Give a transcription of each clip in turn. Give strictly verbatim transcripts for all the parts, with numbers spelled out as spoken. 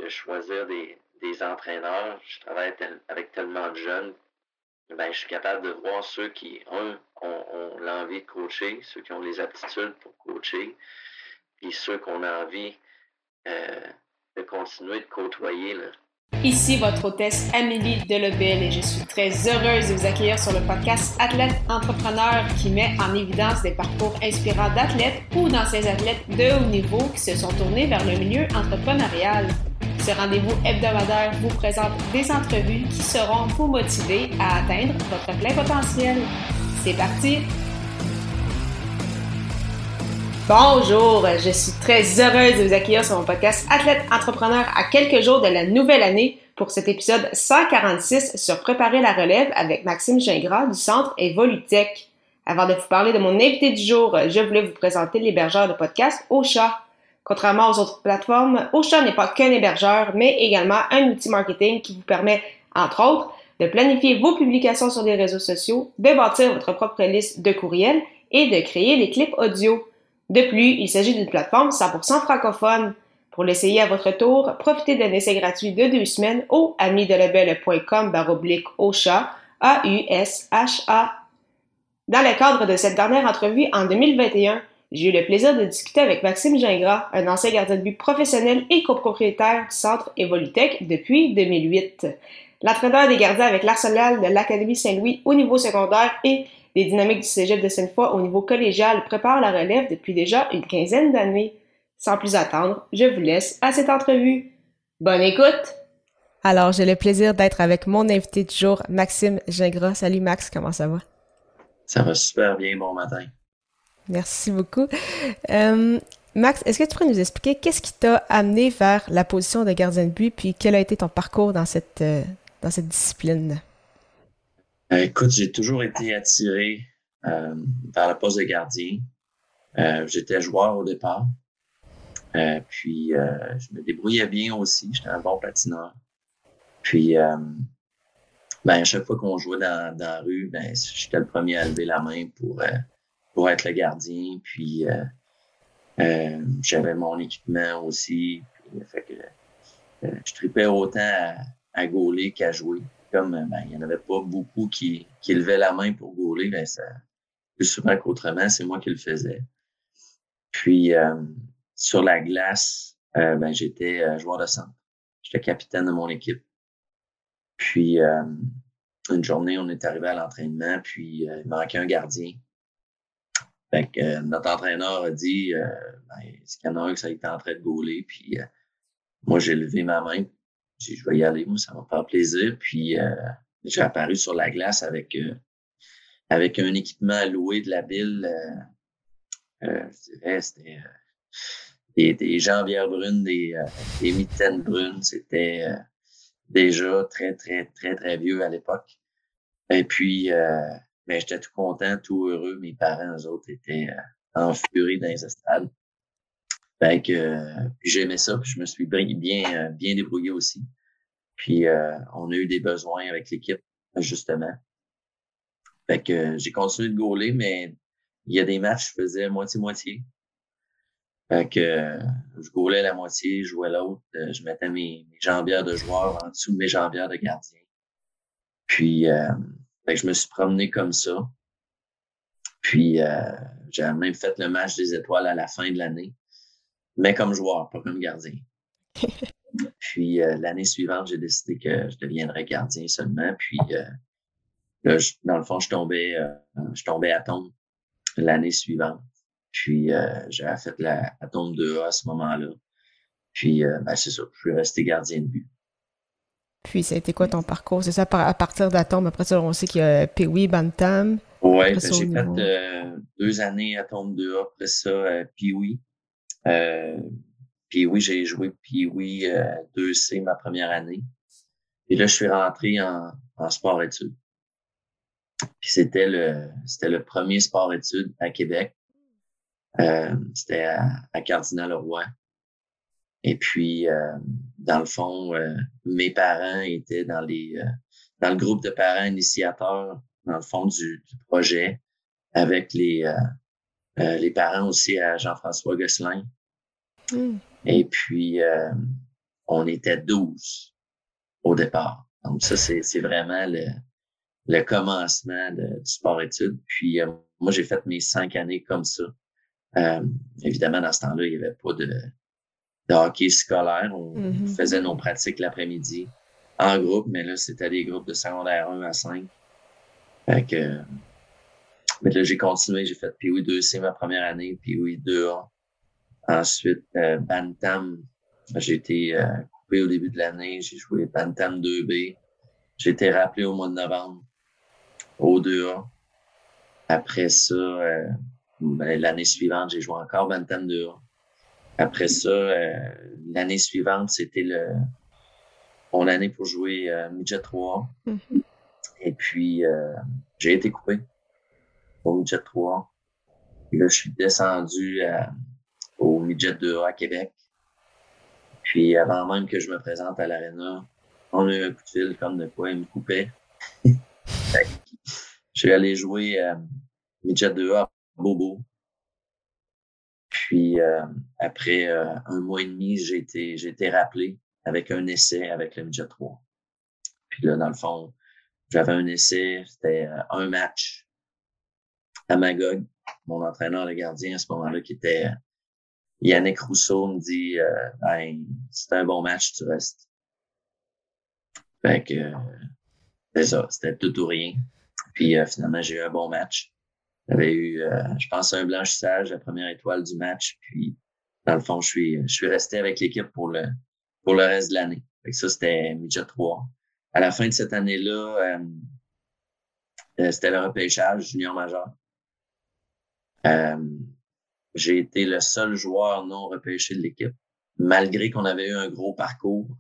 de choisir des, des entraîneurs. Je travaille tel, avec tellement de jeunes. Ben, je suis capable de voir ceux qui, un, ont, ont l'envie de coacher, ceux qui ont les aptitudes pour coacher, puis ceux qu'on a envie euh, de continuer de côtoyer, là. Ici votre hôtesse Amélie Delobel et je suis très heureuse de vous accueillir sur le podcast Athlète Entrepreneur qui met en évidence des parcours inspirants d'athlètes ou d'anciens athlètes de haut niveau qui se sont tournés vers le milieu entrepreneurial. Ce rendez-vous hebdomadaire vous présente des entrevues qui seront vous motiver à atteindre votre plein potentiel. C'est parti! Bonjour, je suis très heureuse de vous accueillir sur mon podcast Athlète Entrepreneur à quelques jours de la nouvelle année pour cet épisode cent quarante-six sur Préparer la relève avec Maxime Gingras du Centre Evolutech. Avant de vous parler de mon invité du jour, je voulais vous présenter l'hébergeur de podcast Ocha. Contrairement aux autres plateformes, Ocha n'est pas qu'un hébergeur, mais également un outil marketing qui vous permet, entre autres, de planifier vos publications sur les réseaux sociaux, de bâtir votre propre liste de courriels et de créer des clips audio. De plus, il s'agit d'une plateforme cent pour cent francophone. Pour l'essayer à votre tour, profitez d'un essai gratuit de deux semaines au amidelobel.com baroblique Ocha, A U S H A. Dans le cadre de cette dernière entrevue en deux mille vingt et un, j'ai eu le plaisir de discuter avec Maxime Gingras, un ancien gardien de but professionnel et copropriétaire du Centre Evolutech depuis deux mille huit. L'entraîneur des gardiens avec l'Arsenal de l'Académie Saint-Louis au niveau secondaire et des dynamiques du cégep de Sainte-Foy au niveau collégial préparent la relève depuis déjà une quinzaine d'années. Sans plus attendre, je vous laisse à cette entrevue. Bonne écoute! Alors, j'ai le plaisir d'être avec mon invité du jour, Maxime Gingras. Salut Max, comment ça va? Ça va super bien, bon matin. Merci beaucoup. Euh, Max, est-ce que tu pourrais nous expliquer qu'est-ce qui t'a amené vers la position de gardien de but, puis quel a été ton parcours dans cette, euh, dans cette discipline? Euh, écoute, j'ai toujours été attiré euh, vers le poste de gardien. Euh, j'étais joueur au départ. Euh, puis, euh, je me débrouillais bien aussi. J'étais un bon patineur. Puis, euh, ben, à chaque fois qu'on jouait dans, dans la rue, ben, j'étais le premier à lever la main pour, euh, pour être le gardien. Puis, euh, euh, j'avais mon équipement aussi. Puis, fait que, euh, je tripais autant à, à gauler qu'à jouer. Comme ben, il n'y en avait pas beaucoup qui, qui levaient la main pour gauler, ben, ça, plus souvent qu'autrement, c'est moi qui le faisais. Puis, euh, sur la glace, euh, ben, j'étais euh, joueur de centre. J'étais capitaine de mon équipe. Puis, euh, une journée, on est arrivé à l'entraînement, puis euh, il manquait un gardien. Fait que euh, notre entraîneur a dit, euh, ben, est-ce qu'il y en a un qui ça était en train de gauler? Puis, euh, moi, j'ai levé ma main. J'ai dit, je vais y aller, moi, ça va me faire plaisir. Puis, euh, j'ai apparu sur la glace avec euh, avec un équipement loué de la ville. Euh, euh, je dirais, c'était euh, des, des jambières brunes, des, euh, des mitaines brunes. C'était euh, déjà très, très, très, très vieux à l'époque. Et puis, euh, ben, j'étais tout content, tout heureux. Mes parents, eux autres, étaient euh, en furie dans les stades. Fait que, euh, puis j'aimais ça, puis je me suis bien, bien, bien débrouillé aussi. Puis, euh, on a eu des besoins avec l'équipe, justement. Fait que euh, j'ai continué de gauler, mais il y a des matchs, je faisais moitié-moitié. Fait que euh, je gaulais la moitié, je jouais l'autre. Euh, je mettais mes, mes jambières de joueur en dessous de mes jambières de gardien. Puis, euh, fait que je me suis promené comme ça. Puis, euh, j'ai même fait le match des étoiles à la fin de l'année, mais comme joueur, pas comme gardien. Puis, euh, l'année suivante, j'ai décidé que je deviendrais gardien seulement. Puis, euh, là, je, dans le fond, je tombais, euh, je tombais à tombe l'année suivante. Puis, euh, j'avais fait la, la tombe deux A à ce moment-là. Puis, euh, ben, c'est ça, je suis resté gardien de but. Puis, ça a été quoi ton parcours? C'est ça, à partir d'Atom, après ça, on sait qu'il y a Pee-Wee, Bantam. Oui, ben, j'ai fait euh, deux années à tombe deux A, après ça, euh, Pee-Wee. Euh, Pee-Wee, j'ai joué Pee-Wee euh, deux C ma première année. Et là, je suis rentré en, en sport-études. Puis c'était le c'était le premier sport-études à Québec. Euh, c'était à, à Cardinal-Leroy. Et puis, euh, dans le fond, euh, mes parents étaient dans les euh, dans le groupe de parents initiateurs, dans le fond, du, du projet, avec les euh, euh, les parents aussi à Jean-François Gosselin. Mm. Et puis, euh, on était douze au départ. Donc ça, c'est, c'est vraiment le, le commencement de, du sport-études. Puis euh, moi, j'ai fait mes cinq années comme ça. Euh, évidemment, dans ce temps-là, il n'y avait pas de, de hockey scolaire. On mm-hmm. faisait nos pratiques l'après-midi en groupe, mais là, c'était des groupes de secondaire un à cinq. Fait que, mais là, j'ai continué. J'ai fait P O I deux C ma première année, P O I deux A. Ensuite, euh, Bantam. J'ai été euh, coupé au début de l'année. J'ai joué Bantam deux B. J'ai été rappelé au mois de novembre au deux A. Après ça, euh, ben, l'année suivante, j'ai joué encore Bantam deux A. Après ça, euh, l'année suivante, c'était le mon année pour jouer euh, Midget trois A. Mm-hmm. Et puis, euh, j'ai été coupé au Midget trois A. Et là, je suis descendu à, au Midget deux A à Québec. Puis, avant même que je me présente à l'aréna, on a eu un coup de fil comme de quoi il me coupait. Je suis allé jouer euh, Midget deux A à Bobo. Puis, euh, après euh, un mois et demi, j'ai été, j'ai été rappelé avec un essai avec le Midget trois. Puis là, dans le fond, j'avais un essai, c'était euh, un match à Magog. Mon entraîneur, le gardien, à ce moment-là, qui était euh, Yannick Rousseau, me dit euh, ben, c'était un bon match, tu restes. Fait que euh, c'est ça, c'était tout ou rien. Puis euh, finalement, j'ai eu un bon match. J'avais eu, euh, je pense, un blanchissage, la première étoile du match. Puis, dans le fond, je suis, je suis resté avec l'équipe pour le, pour le reste de l'année. Fait que ça, c'était Midget trois. À la fin de cette année-là, euh, euh, c'était le repêchage junior majeur. Euh, j'ai été le seul joueur non repêché de l'équipe, malgré qu'on avait eu un gros parcours.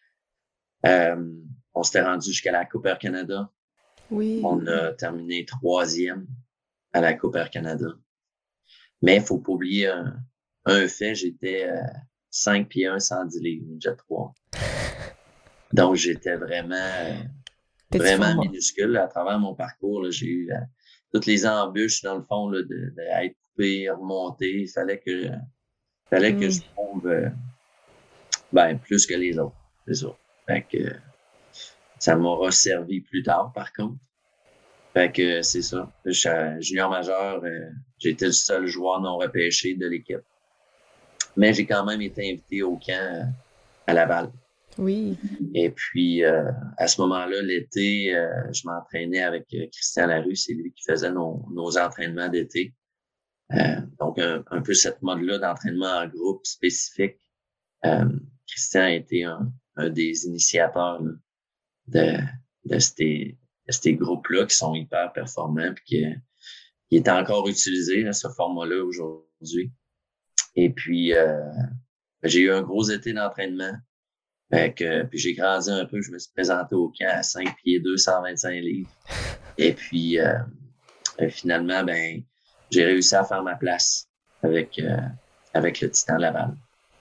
Euh, on s'était rendu jusqu'à la Coupe Air Canada. Oui. On a terminé troisième à la Coupe Air Canada. Mais il faut pas oublier un, un fait, j'étais euh, cinq pieds un, cent dix livres, Midget trois. Donc, j'étais vraiment, euh, vraiment minuscule. À travers mon parcours, là, j'ai eu euh, toutes les embûches, dans le fond, là, de, de être coupé, remonter. Il fallait que, fallait mm. que je trouve euh, ben, plus que les autres. C'est ça. Fait que ça m'aura servi plus tard, par contre. Fait que c'est ça. Je suis junior majeur, euh, j'ai été le seul joueur non repêché de l'équipe. Mais j'ai quand même été invité au camp euh, à Laval. Oui. Et puis, euh, à ce moment-là, l'été, euh, je m'entraînais avec euh, Christian Larue. C'est lui qui faisait nos, nos entraînements d'été. Euh, donc, un, un peu cette mode-là d'entraînement en groupe spécifique. Euh, Christian a été un, un des initiateurs là, de, de ces, de ces groupes-là qui sont hyper performants et qui, qui est encore utilisé, là, ce format-là, aujourd'hui. Et puis, euh, j'ai eu un gros été d'entraînement. Fait que, puis j'ai grandi un peu, je me suis présenté au camp à cinq pieds deux cent vingt-cinq livres. Et puis, euh, finalement, ben, j'ai réussi à faire ma place avec, euh, avec le Titan Laval.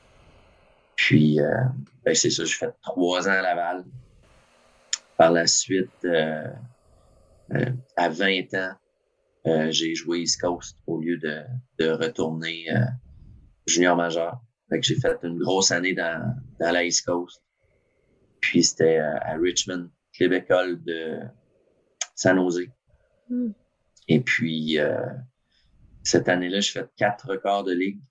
Puis, euh, ben, c'est ça, j'ai fait trois ans à Laval. Par la suite, euh, euh, à vingt ans, euh, j'ai joué East Coast au lieu de, de retourner euh, junior majeur. Fait que j'ai fait une grosse année dans, dans la East Coast. Puis c'était euh, à Richmond, club école de San Jose. Mm. Et puis, euh, cette année-là, j'ai fait quatre records de ligue.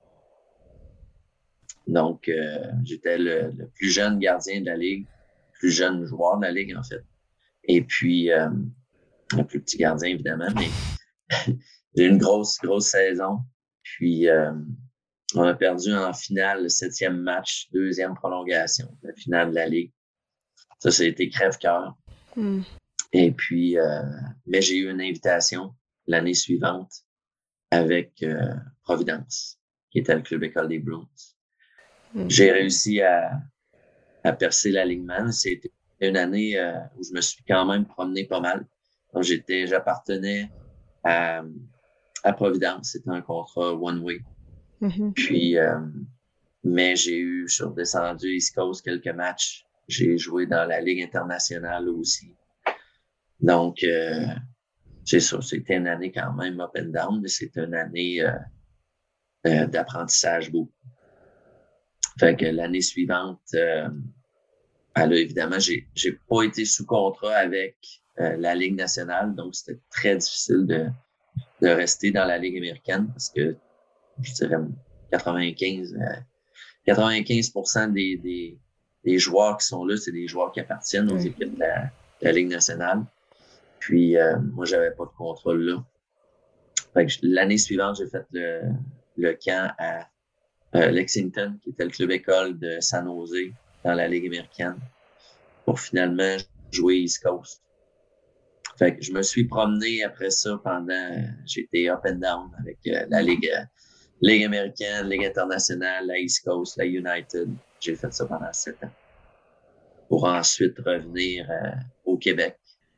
Donc, euh, j'étais le, le plus jeune gardien de la ligue, plus jeune joueur de la ligue, en fait. Et puis, euh, le plus petit gardien, évidemment, mais j'ai eu une grosse, grosse saison. Puis, euh, on a perdu en finale le septième match, deuxième prolongation, la finale de la Ligue. Ça, ça a été crève-cœur. Mm. Et puis, euh, mais j'ai eu une invitation l'année suivante avec euh, Providence, qui était le club école des Bruins. Mm. J'ai réussi à, à percer l'alignement. C'était une année euh, où je me suis quand même promené pas mal. Donc, j'étais, j'appartenais à, à Providence. C'était un contrat one-way. Mm-hmm. Puis, euh, mais j'ai eu, je suis redescendu East Coast quelques matchs. J'ai joué dans la Ligue internationale aussi. Donc, euh, c'est ça. C'était une année quand même up and down, mais c'était une année euh, euh, d'apprentissage beaucoup. Fait que l'année suivante, euh, ben là, évidemment, j'ai, j'ai pas été sous contrat avec euh, la Ligue nationale, donc c'était très difficile de, de rester dans la Ligue américaine parce que, je dirais, quatre-vingt-quinze, euh, quatre-vingt-quinze pour cent des, des, des joueurs qui sont là, c'est des joueurs qui appartiennent aux Oui. équipes de la, de la Ligue nationale. Puis, euh, moi, j'avais pas de contrôle là. Fait que l'année suivante, j'ai fait le, le camp à euh, Lexington, qui était le club école de San Jose dans la Ligue américaine, pour finalement jouer East Coast. Fait que je me suis promené après ça pendant, j'ai été up and down avec euh, la Ligue, euh, Ligue américaine, Ligue internationale, la East Coast, la United. J'ai fait ça pendant sept ans. Pour ensuite revenir euh, au Québec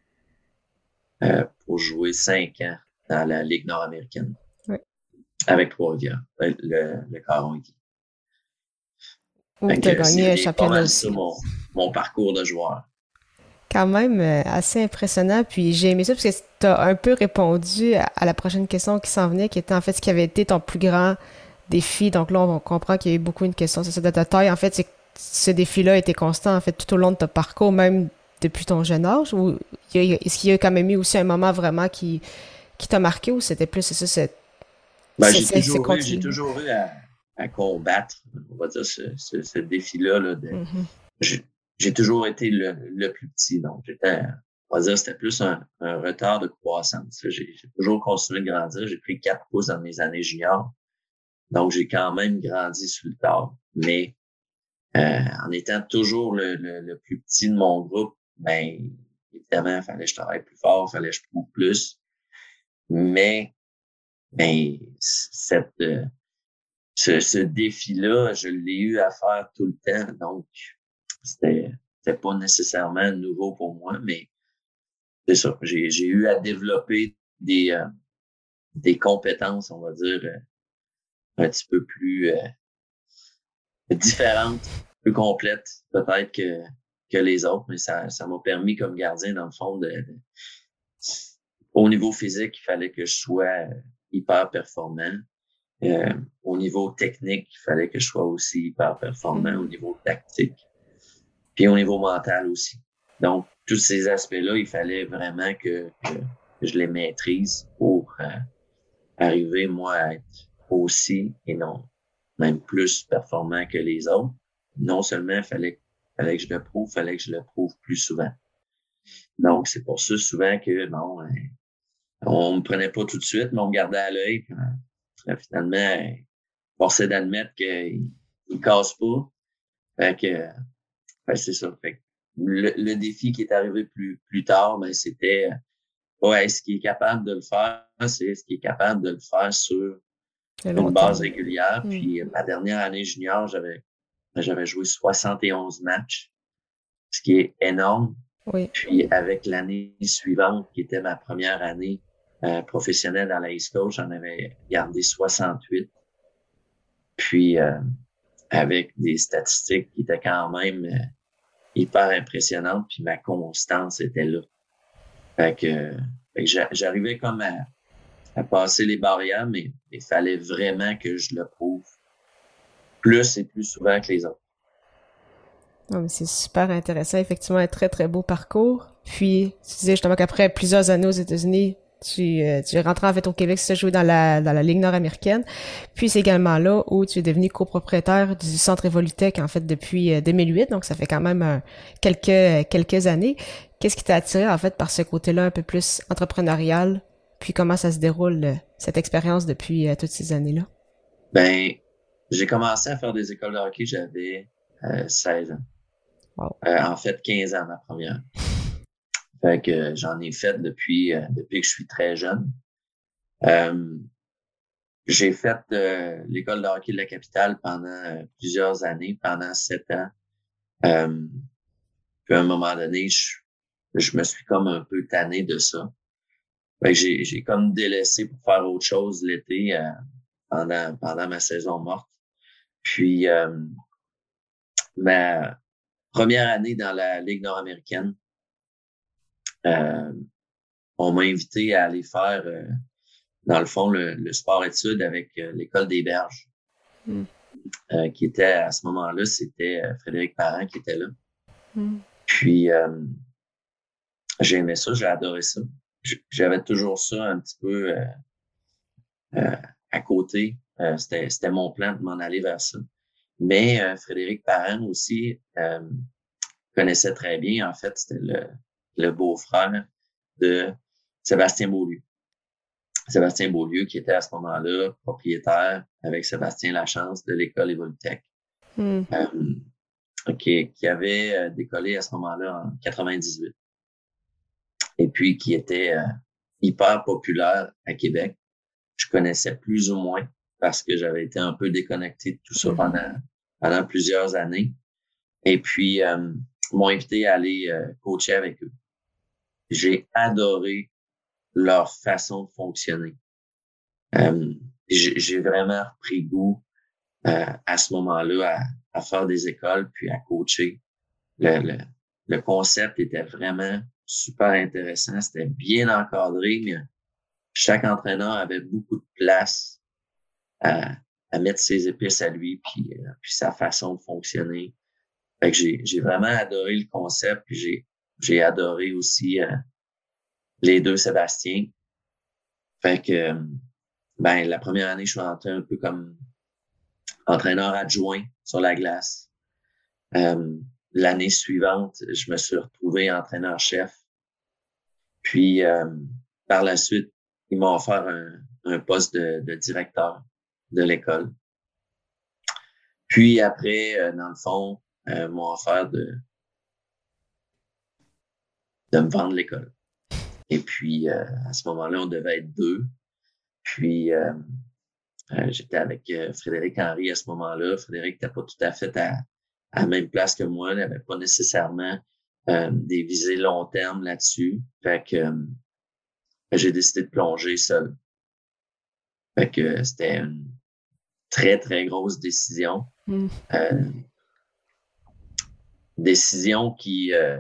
euh, pour jouer cinq ans dans la Ligue nord-américaine. Oui. Avec Trois-Rivières, le, le, le Caron Équipe. Où tu as gagné un championnat aussi. C'est mon, mon parcours de joueur. Quand même euh, assez impressionnant. Puis j'ai aimé ça parce que tu as un peu répondu à, à la prochaine question qui s'en venait, qui était en fait ce qui avait été ton plus grand défi. Donc là, on comprend qu'il y a eu beaucoup une question, c'est ça, de ta taille. En fait, c'est que ce défi-là a été constant en fait tout au long de ton parcours, même depuis ton jeune âge. Ou il y a, est-ce qu'il y a quand même eu aussi un moment vraiment qui, qui t'a marqué ou c'était plus, c'est ça, c'est, ben, c'est, j'ai, c'est, toujours c'est eu, j'ai toujours eu à, à combattre, on va dire, ce, ce, ce défi-là. Là, de, mm-hmm. j'ai, j'ai toujours été le, le plus petit, donc j'étais, on va dire, c'était plus un, un retard de croissance. J'ai, j'ai toujours continué de grandir. J'ai pris quatre pouces dans mes années juniors, donc j'ai quand même grandi sur le tard. Mais euh, en étant toujours le, le, le plus petit de mon groupe, ben évidemment, il fallait que je travaille plus fort, il fallait que je prouve plus. Mais ben, cette, euh, ce, ce défi-là, je l'ai eu à faire tout le temps. Donc, c'était, c'était pas nécessairement nouveau pour moi, mais c'est ça. J'ai, j'ai eu à développer des, euh, des compétences, on va dire, euh, un petit peu plus euh, différentes, plus complètes, peut-être que, que les autres, mais ça, ça m'a permis comme gardien, dans le fond, de, de au niveau physique, il fallait que je sois hyper performant. Euh, au niveau technique, il fallait que je sois aussi hyper performant Mm-hmm. au niveau tactique. Puis au niveau mental aussi. Donc, tous ces aspects-là, il fallait vraiment que, que, que je les maîtrise pour euh, arriver, moi, à être aussi, et non, même plus performant que les autres. Non seulement il fallait, fallait que je le prouve, il fallait que je le prouve plus souvent. Donc, c'est pour ça souvent que, bon, hein, on me prenait pas tout de suite, mais on me gardait à l'œil. Puis, euh, finalement, forcé d'admettre qu'il ne casse pas. Fait que, ben, c'est ça. Fait que le, le défi qui est arrivé plus, plus tard, ben, c'était, ouais, est-ce qu'il est capable de le faire? C'est est-ce qu'il est capable de le faire sur une base régulière. Mm. Puis, ma dernière année junior, j'avais, j'avais joué soixante et onze matchs, ce qui est énorme. Oui. Puis, avec l'année suivante, qui était ma première année euh, professionnelle dans la East Coast, j'en avais gardé soixante-huit. Puis, euh, avec des statistiques qui étaient quand même euh, hyper impressionnantes, puis ma constance était là. Fait que, fait que j'arrivais comme à, à passer les barrières, mais il fallait vraiment que je le prouve plus et plus souvent que les autres. Non, mais c'est super intéressant, effectivement, un très très beau parcours. Puis, tu disais justement qu'après plusieurs années aux États-Unis, tu, euh, tu es rentré en fait au Québec, tu as joué dans la, dans la Ligue nord-américaine. Puis c'est également là où tu es devenu copropriétaire du Centre Evolutech, en fait, depuis deux mille huit. Donc ça fait quand même euh, quelques, quelques années. Qu'est-ce qui t'a attiré, en fait, par ce côté-là un peu plus entrepreneurial? Puis comment ça se déroule, euh, cette expérience depuis euh, toutes ces années-là? Ben, j'ai commencé à faire des écoles de hockey, j'avais euh, seize ans. Wow. Euh, en fait, quinze ans, ma première. Fait que j'en ai fait depuis, euh, depuis que je suis très jeune. Euh, j'ai fait euh, l'école de hockey de la capitale pendant euh, plusieurs années, pendant sept ans. Euh, puis à un moment donné, je, je me suis comme un peu tanné de ça. Fait que j'ai, j'ai comme délaissé pour faire autre chose l'été euh, pendant, pendant ma saison morte. Puis euh, ma première année dans la Ligue nord-américaine, euh, on m'a invité à aller faire, euh, dans le fond, le, le sport-études avec euh, l'École des Berges. Mm. euh, qui était à ce moment-là, c'était euh, Frédéric Parent qui était là. Mm. Puis, euh, j'ai aimé ça, j'ai adoré ça. J'avais toujours ça un petit peu euh, euh, à côté. Euh, c'était, c'était mon plan de m'en aller vers ça. Mais euh, Frédéric Parent aussi euh, connaissait très bien. En fait, c'était le, le beau-frère de Sébastien Beaulieu. Sébastien Beaulieu, qui était à ce moment-là propriétaire avec Sébastien Lachance de l'école Evolutech, mm. euh, qui, qui avait euh, décollé à ce moment-là en quatre-vingt-dix-huit. Et puis qui était euh, hyper populaire à Québec. Je connaissais plus ou moins parce que j'avais été un peu déconnecté de tout ça mm-hmm. pendant, pendant plusieurs années. Et puis, euh, m'ont invité à aller euh, coacher avec eux. J'ai adoré leur façon de fonctionner. Euh, j'ai, j'ai vraiment repris goût euh, à ce moment-là à, à faire des écoles puis à coacher. Le, le, le concept était vraiment super intéressant. C'était bien encadré, mais chaque entraîneur avait beaucoup de place à, à mettre ses épices à lui puis, euh, puis sa façon de fonctionner. Fait que j'ai, j'ai vraiment adoré le concept puis j'ai, j'ai adoré aussi euh, les deux Sébastien. Fait que, ben, la première année, je suis rentré un peu comme entraîneur adjoint sur la glace. Euh, l'année suivante, je me suis retrouvé entraîneur-chef. Puis, euh, par la suite, ils m'ont offert un, un poste de, de directeur de l'école. Puis après, euh, dans le fond, euh, m'ont offert de, de me vendre l'école. Et puis, euh, à ce moment-là, on devait être deux. Puis, euh, euh, j'étais avec euh, Frédéric Henry à ce moment-là. Frédéric n'était pas tout à fait à, à la même place que moi. Il n'avait pas nécessairement euh, des visées long terme là-dessus. Fait que euh, j'ai décidé de plonger seul. Fait que c'était une très, très grosse décision. Mm. Euh, décision qui... Euh,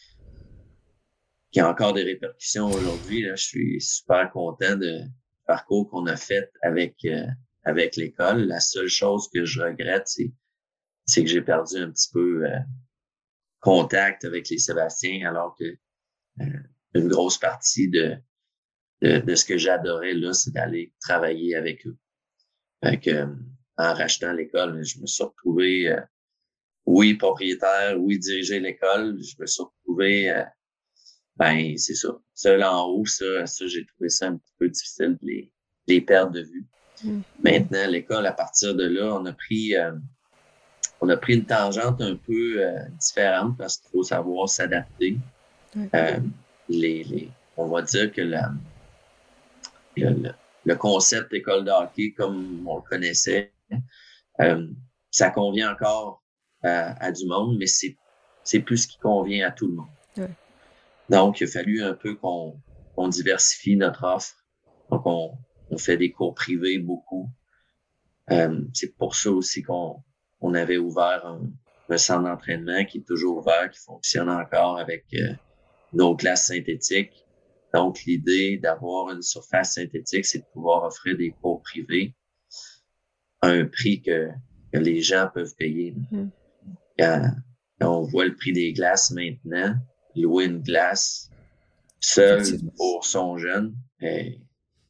qui a encore des répercussions aujourd'hui. Là. Je suis super content de parcours qu'on a fait avec euh, avec l'école. La seule chose que je regrette, c'est c'est que j'ai perdu un petit peu euh, contact avec les Sébastiens, alors que euh, une grosse partie de, de de ce que j'adorais là, c'est d'aller travailler avec eux. Fait que, euh, en rachetant l'école, je me suis retrouvé euh, oui propriétaire, oui diriger l'école. Je me suis retrouvé euh, ben, c'est ça. Seul en haut, ça, ça, j'ai trouvé ça un petit peu difficile de les, de les perdre de vue. Mm. Maintenant, l'école, à partir de là, on a pris, euh, on a pris une tangente un peu euh, différente parce qu'il faut savoir s'adapter. Mm. Euh, les, les, on va dire que la, le, le concept école de hockey, comme on le connaissait, euh, ça convient encore à, à du monde, mais c'est, c'est plus ce qui convient à tout le monde. Mm. Donc, il a fallu un peu qu'on, qu'on diversifie notre offre. Donc, on, on fait des cours privés beaucoup. Euh, c'est pour ça aussi qu'on on avait ouvert un, un centre d'entraînement qui est toujours ouvert, qui fonctionne encore avec euh, nos classes synthétiques. Donc, l'idée d'avoir une surface synthétique, c'est de pouvoir offrir des cours privés à un prix que, que les gens peuvent payer. Mm. Quand, quand on voit le prix des glaces maintenant, louer une glace seul pour son jeune, et,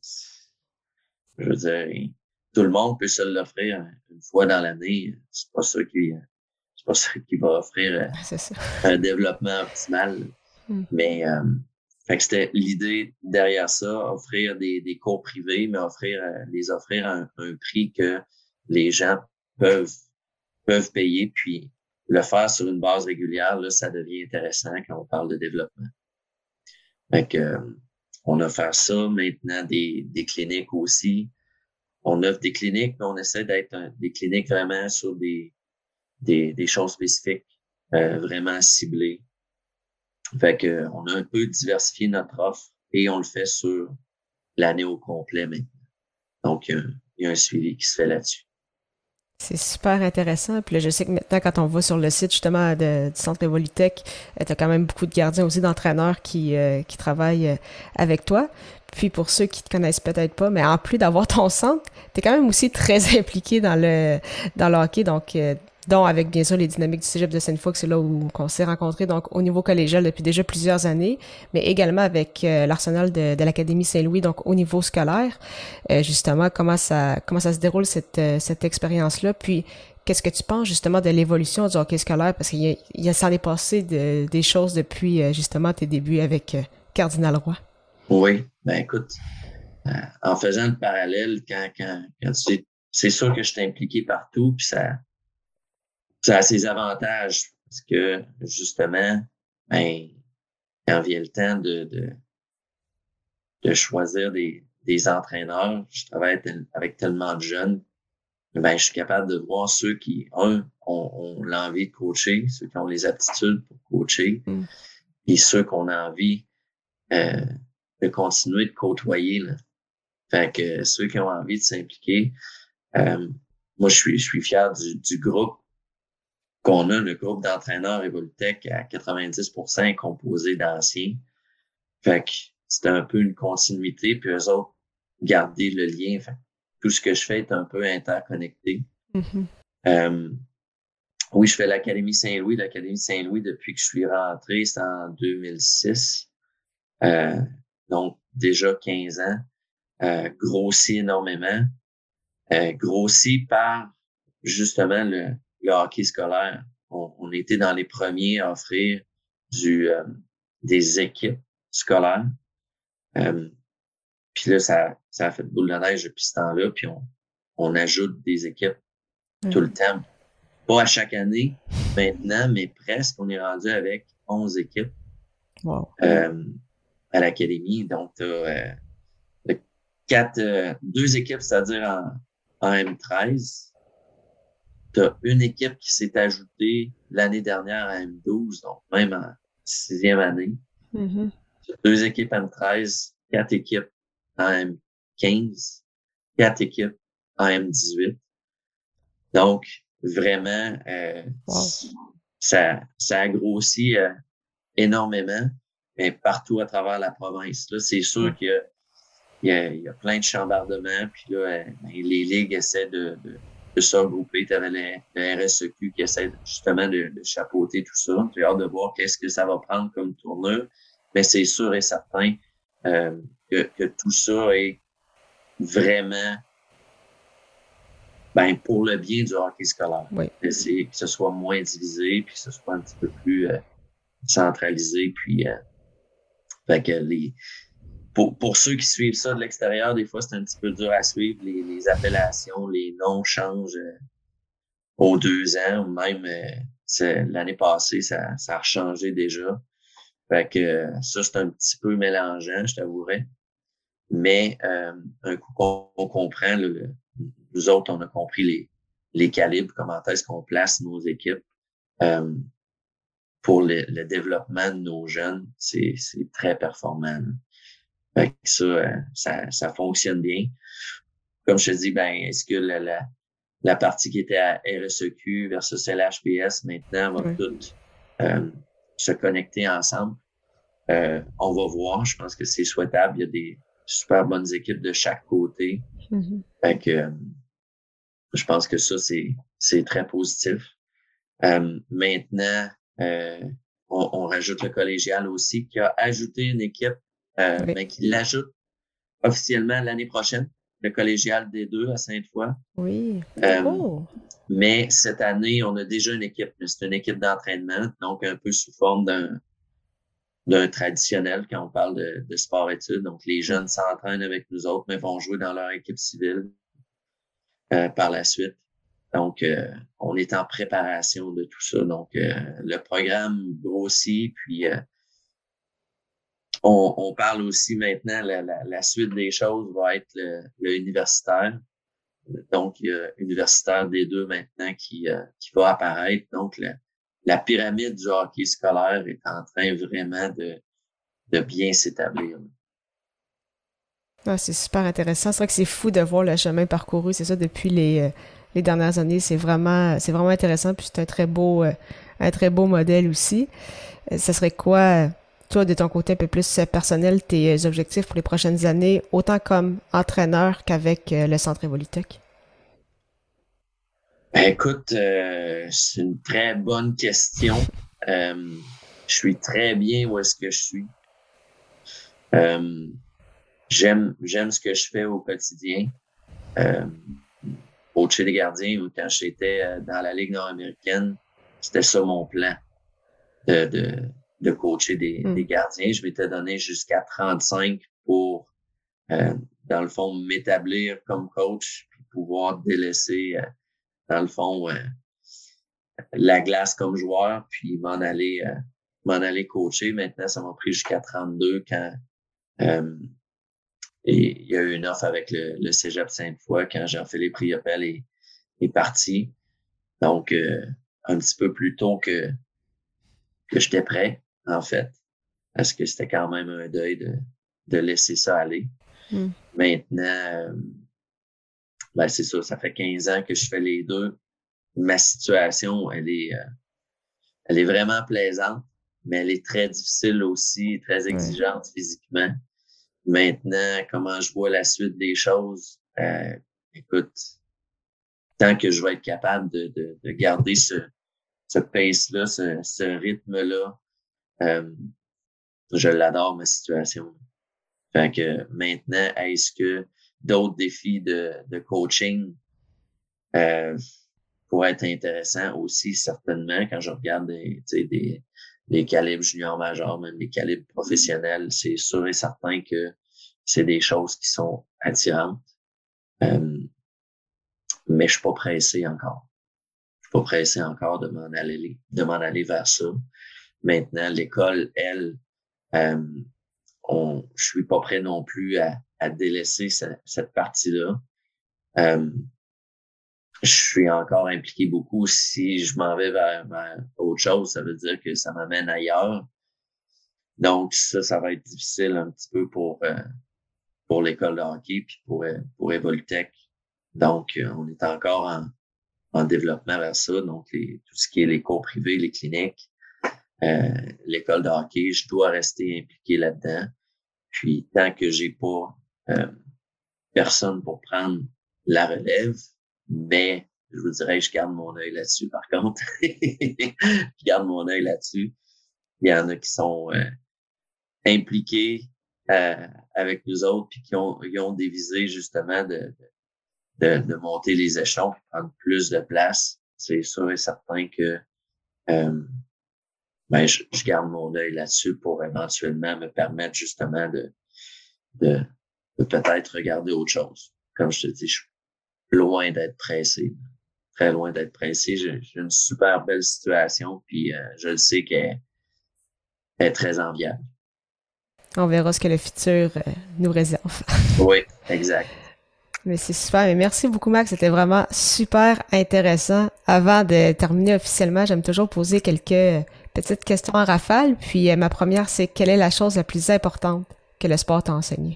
je veux dire, tout le monde peut se l'offrir une fois dans l'année. C'est pas ça qui, c'est pas ça qui va offrir c'est ça. Un développement optimal. Mm. Mais, euh, fait que c'était l'idée derrière ça, offrir des, des cours privés, mais offrir, les offrir à un, un prix que les gens peuvent, peuvent payer, puis le faire sur une base régulière, là, ça devient intéressant quand on parle de développement. Fait que, euh, on a fait ça, maintenant des, des cliniques aussi. On offre des cliniques, mais on essaie d'être un, des cliniques vraiment sur des, des, des choses spécifiques, euh, vraiment ciblées. Fait que, on a un peu diversifié notre offre et on le fait sur l'année au complet maintenant. Donc, il y a, il y a un suivi qui se fait là-dessus. C'est super intéressant. Puis là, je sais que maintenant, quand on va sur le site justement de, du Centre Evolutech, tu as quand même beaucoup de gardiens aussi, d'entraîneurs qui, euh, qui travaillent avec toi. Puis pour ceux qui te connaissent peut-être pas, mais en plus d'avoir ton centre, tu es quand même aussi très impliqué dans le dans le hockey, donc euh, dont avec bien sûr les dynamiques du Cégep de Sainte-Foy, c'est là où on s'est rencontrés, donc au niveau collégial depuis déjà plusieurs années, mais également avec euh, l'Arsenal de, de l'Académie Saint-Louis, donc au niveau scolaire. Euh, justement, comment ça comment ça se déroule cette euh, cette expérience-là, puis qu'est-ce que tu penses justement de l'évolution du hockey scolaire, parce qu'il y a, il y a ça en est passé de, des choses depuis euh, justement tes débuts avec euh, Cardinal Roy. Oui, ben écoute, euh, en faisant le parallèle, quand quand quand tu c'est sûr que je suis impliqué partout, puis ça ça a ses avantages parce que justement, ben quand vient le temps de de, de choisir des des entraîneurs, je travaille avec tellement de jeunes, ben je suis capable de voir ceux qui un ont, ont l'envie de coacher, ceux qui ont les aptitudes pour coacher, mm. et ceux qu'on a envie euh, de continuer de côtoyer là. Fait que ceux qui ont envie de s'impliquer, euh, moi je suis je suis fier du, du groupe qu'on a, le groupe d'entraîneurs Evolutech à quatre-vingt-dix pour cent composé d'anciens. Fait que c'était un peu une continuité, puis eux autres garder le lien. Fait que tout ce que je fais est un peu interconnecté. Mm-hmm. Euh, oui, je fais l'Académie Saint-Louis. L'Académie Saint-Louis, depuis que je suis rentré, c'est en deux mille six. Euh, donc, déjà quinze ans. Euh, grossi énormément. Euh, grossi par, justement, le, le hockey scolaire. On, on était dans les premiers à offrir du euh, des équipes scolaires. Euh, puis là, ça, ça a fait boule de neige depuis ce temps-là. Puis on, on ajoute des équipes mmh. tout le temps. Pas à chaque année maintenant, mais presque. On est rendu avec onze équipes wow. euh, à l'académie. Donc, tu as euh, quatre, euh, deux équipes, c'est-à-dire en, en M treize. Tu as une équipe qui s'est ajoutée l'année dernière à M douze, donc même en sixième année. Mm-hmm. Deux équipes M treize, quatre équipes en M quinze, quatre équipes en M dix-huit. Donc, vraiment, euh, wow. ça, ça a grossi euh, énormément, mais partout à travers la province. Là, c'est sûr mm. qu'il y a, il y a, il y a plein de chambardements, puis là, euh, les ligues essaient de, de de se regrouper. Tu avais le, le R S E Q qui essaie justement de, de chapeauter tout ça. J'ai hâte de voir qu'est-ce que ça va prendre comme tournure. Mais c'est sûr et certain euh, que, que tout ça est vraiment ben pour le bien du hockey scolaire. Oui. C'est, que ce soit moins divisé, puis que ce soit un petit peu plus euh, centralisé. Puis euh, fait que les Pour, pour ceux qui suivent ça de l'extérieur, des fois, c'est un petit peu dur à suivre. Les, les appellations, les noms changent euh, aux deux ans, ou même euh, c'est, l'année passée, ça, ça a changé déjà. Fait que euh, ça, c'est un petit peu mélangeant, je t'avouerais. Mais euh, un coup qu'on on comprend, le, le, nous autres, on a compris les, les calibres, comment est-ce qu'on place nos équipes euh, pour le, le développement de nos jeunes, c'est, c'est très performant. Là. Fait que ça, ça, ça fonctionne bien. Comme je te dis, ben, est-ce que la, la, la partie qui était à R S E Q versus L H P S maintenant va oui. toutes euh, se connecter ensemble? Euh, on va voir. Je pense que c'est souhaitable. Il y a des super bonnes équipes de chaque côté. Mm-hmm. Fait que euh, je pense que ça, c'est, c'est très positif. Euh, maintenant, euh, on, on rajoute le collégial aussi qui a ajouté une équipe Euh, oui. mais qui l'ajoute officiellement l'année prochaine, le collégial D deux à Sainte-Foy. Oui. Euh, oh. Mais cette année, on a déjà une équipe. C'est une équipe d'entraînement, donc un peu sous forme d'un, d'un traditionnel quand on parle de, de sport-études. Donc, les jeunes s'entraînent avec nous autres, mais vont jouer dans leur équipe civile euh, par la suite. Donc, euh, on est en préparation de tout ça. Donc, euh, le programme grossit, puis euh, On, on parle aussi maintenant, la, la, la suite des choses va être le, le universitaire. Donc, il y a universitaire D deux maintenant qui, euh, qui va apparaître. Donc, la, la pyramide du hockey scolaire est en train vraiment de, de bien s'établir. Ah, c'est super intéressant. C'est vrai que c'est fou de voir le chemin parcouru. C'est ça, depuis les, euh, les dernières années. C'est vraiment, c'est vraiment intéressant. Puis c'est un très beau, euh, un très beau modèle aussi. Euh, ça serait quoi... toi, de ton côté un peu plus personnel, tes objectifs pour les prochaines années, autant comme entraîneur qu'avec le Centre Evolutech? Ben, écoute, euh, c'est une très bonne question. Euh, je suis très bien où est-ce que je suis. Euh, j'aime, j'aime ce que je fais au quotidien. Euh, coacher les gardiens, quand j'étais dans la Ligue nord-américaine, c'était ça mon plan, de, de, de coacher des, mm. des gardiens. Je m'étais donné jusqu'à trente-cinq pour, euh, dans le fond, m'établir comme coach, puis pouvoir délaisser, euh, dans le fond, euh, la glace comme joueur, puis m'en aller, euh, m'en aller coacher. Maintenant, ça m'a pris jusqu'à trente-deux quand euh, et il y a eu une offre avec le, le Cégep Sainte-Foy quand Jean-Philippe Riopel est, est parti. Donc, euh, un petit peu plus tôt que, que j'étais prêt, en fait, parce que c'était quand même un deuil de, de laisser ça aller. Mm. Maintenant, euh, ben c'est ça, ça fait quinze ans que je fais les deux. Ma situation, elle est, euh, elle est vraiment plaisante, mais elle est très difficile aussi, très exigeante ouais. physiquement. Maintenant, comment je vois la suite des choses, euh, écoute, tant que je vais être capable de, de, de garder ce, ce pace-là, ce, ce rythme-là, euh, je l'adore, ma situation. Fait que maintenant, est-ce que d'autres défis de, de coaching euh, pourraient être intéressants aussi, certainement, quand je regarde des, des, des calibres juniors majeurs, même des calibres professionnels, c'est sûr et certain que c'est des choses qui sont attirantes. Euh, mais je suis pas pressé encore. Je suis pas pressé encore de m'en aller, de m'en aller vers ça. Maintenant, l'école, elle, euh, on, je suis pas prêt non plus à, à délaisser cette, cette partie-là. Euh, je suis encore impliqué beaucoup. Si je m'en vais vers, vers autre chose, ça veut dire que ça m'amène ailleurs. Donc, ça, ça va être difficile un petit peu pour, euh, pour l'école de hockey puis pour, pour Evolutech. Donc, euh, on est encore en, en développement vers ça. Donc, les, tout ce qui est les cours privés, les cliniques, euh, l'école de hockey, je dois rester impliqué là-dedans. Puis, tant que j'ai pas euh, personne pour prendre la relève, mais je vous dirais, je garde mon œil là-dessus, par contre. Je garde mon œil là-dessus. Il y en a qui sont euh, impliqués euh, avec nous autres, puis qui ont, qui ont des visées, justement, de, de, de monter les échelons, puis prendre plus de place. C'est sûr et certain que euh, ben, je, je garde mon œil là-dessus pour éventuellement me permettre, justement, de, de, de peut-être regarder autre chose. Comme je te dis, je suis loin d'être pressé. Très loin d'être pressé. J'ai, j'ai une super belle situation, puis euh, je le sais qu'elle est très enviable. On verra ce que le futur euh, nous réserve. Oui, exact. Mais c'est super. Mais merci beaucoup, Max. C'était vraiment super intéressant. Avant de terminer officiellement, j'aime toujours poser quelques petites questions en rafale. Puis euh, ma première, c'est quelle est la chose la plus importante que le sport t'a enseigné?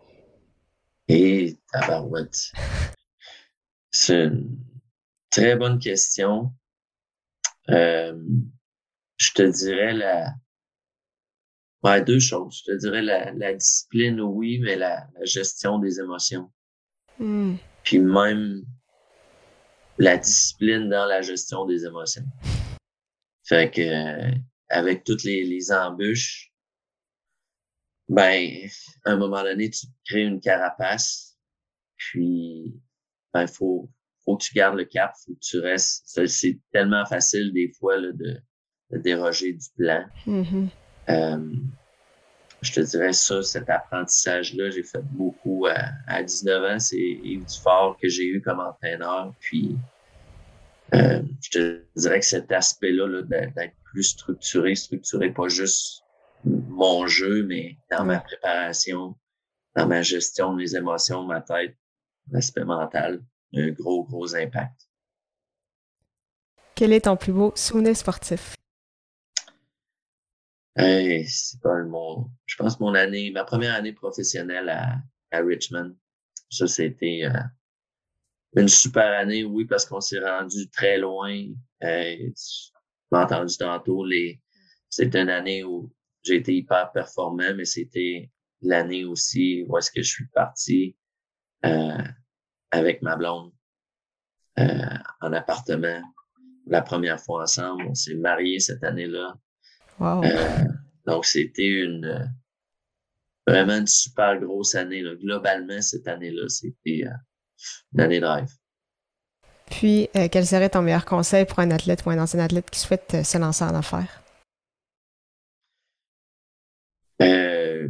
Et tabarouette. C'est une très bonne question. Euh, je te dirais la... Ouais, deux choses. Je te dirais la, la discipline, oui, mais la, la gestion des émotions. Mm. Puis même la discipline dans la gestion des émotions. Fait que euh, avec toutes les, les embûches, ben, à un moment donné, tu crées une carapace. Puis, ben, faut, faut que tu gardes le cap, faut que tu restes. C'est, c'est tellement facile des fois là, de, de déroger du plan. Mm-hmm. Euh, je te dirais ça, cet apprentissage-là, j'ai fait beaucoup à, à dix-neuf ans. C'est Yves Dufort que j'ai eu comme entraîneur. Puis, euh, je te dirais que cet aspect-là, là, d'être plus structuré, structuré pas juste mon jeu, mais dans mmh. ma préparation, dans ma gestion de mes émotions, ma tête, l'aspect mental, un gros, gros impact. Quel est ton plus beau souvenir sportif? Hey, c'est pas mon, je pense mon année, ma première année professionnelle à, à Richmond. Ça, c'était euh, une super année, oui, parce qu'on s'est rendu très loin. Euh, tu m'as entendu tantôt, les, c'était une année où j'ai été hyper performant, mais c'était l'année aussi où est-ce que je suis parti euh, avec ma blonde euh, en appartement la première fois ensemble. On s'est mariés cette année-là. Wow. Euh, donc, c'était une vraiment une super grosse année. Là. Globalement, cette année-là, c'était euh, une année de rêve. Puis, euh, quel serait ton meilleur conseil pour un athlète ou un ancien athlète qui souhaite euh, se lancer en affaires? Euh,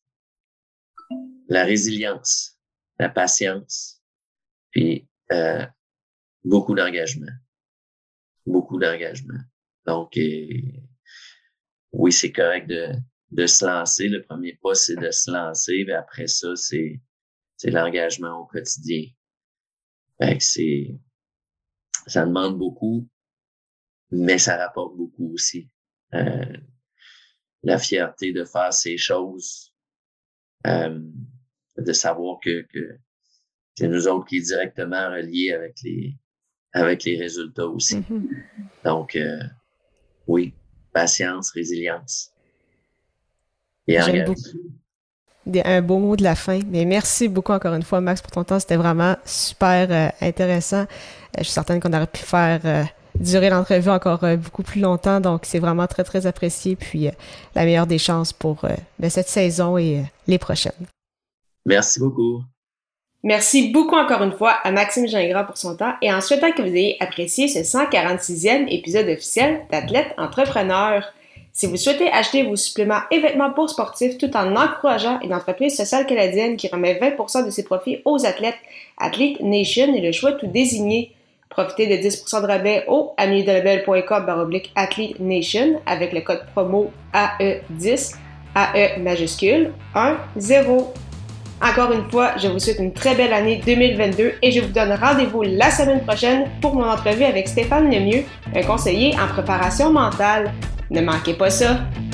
la résilience, la patience, puis euh, beaucoup d'engagement. Beaucoup d'engagement. Donc, euh, oui, c'est correct de, de se lancer. Le premier pas, c'est de se lancer. Mais après ça, c'est, c'est l'engagement au quotidien. Fait que c'est, ça demande beaucoup, mais ça rapporte beaucoup aussi. Euh, la fierté de faire ces choses, euh, de savoir que, que c'est nous autres qui est directement reliés avec les, avec les résultats aussi. Mm-hmm. Donc, euh, oui, patience, résilience. Et J'aime beaucoup. Un beau mot de la fin. Mais merci beaucoup encore une fois, Max, pour ton temps. C'était vraiment super euh, intéressant. Euh, je suis certaine qu'on aurait pu faire euh, durer l'entrevue encore euh, beaucoup plus longtemps. Donc, c'est vraiment très, très apprécié. Puis, euh, la meilleure des chances pour euh, ben, cette saison et euh, les prochaines. Merci beaucoup. Merci beaucoup encore une fois à Maxime Gingras pour son temps et en souhaitant que vous ayez apprécié ce cent quarante-sixième épisode officiel d'Athlète Entrepreneur. Si vous souhaitez acheter vos suppléments et vêtements pour sportifs tout en encourageant une entreprise sociale canadienne qui remet vingt pour cent de ses profits aux athlètes, Athlete Nation est le choix tout désigné. Profitez de dix pour cent de rabais au amies-de-label point com baroblique Athlete Nation avec le code promo A E dix, A E majuscule, un zéro. Encore une fois, je vous souhaite une très belle année deux mille vingt-deux et je vous donne rendez-vous la semaine prochaine pour mon entrevue avec Stéphane Lemieux, un conseiller en préparation mentale. Ne manquez pas ça!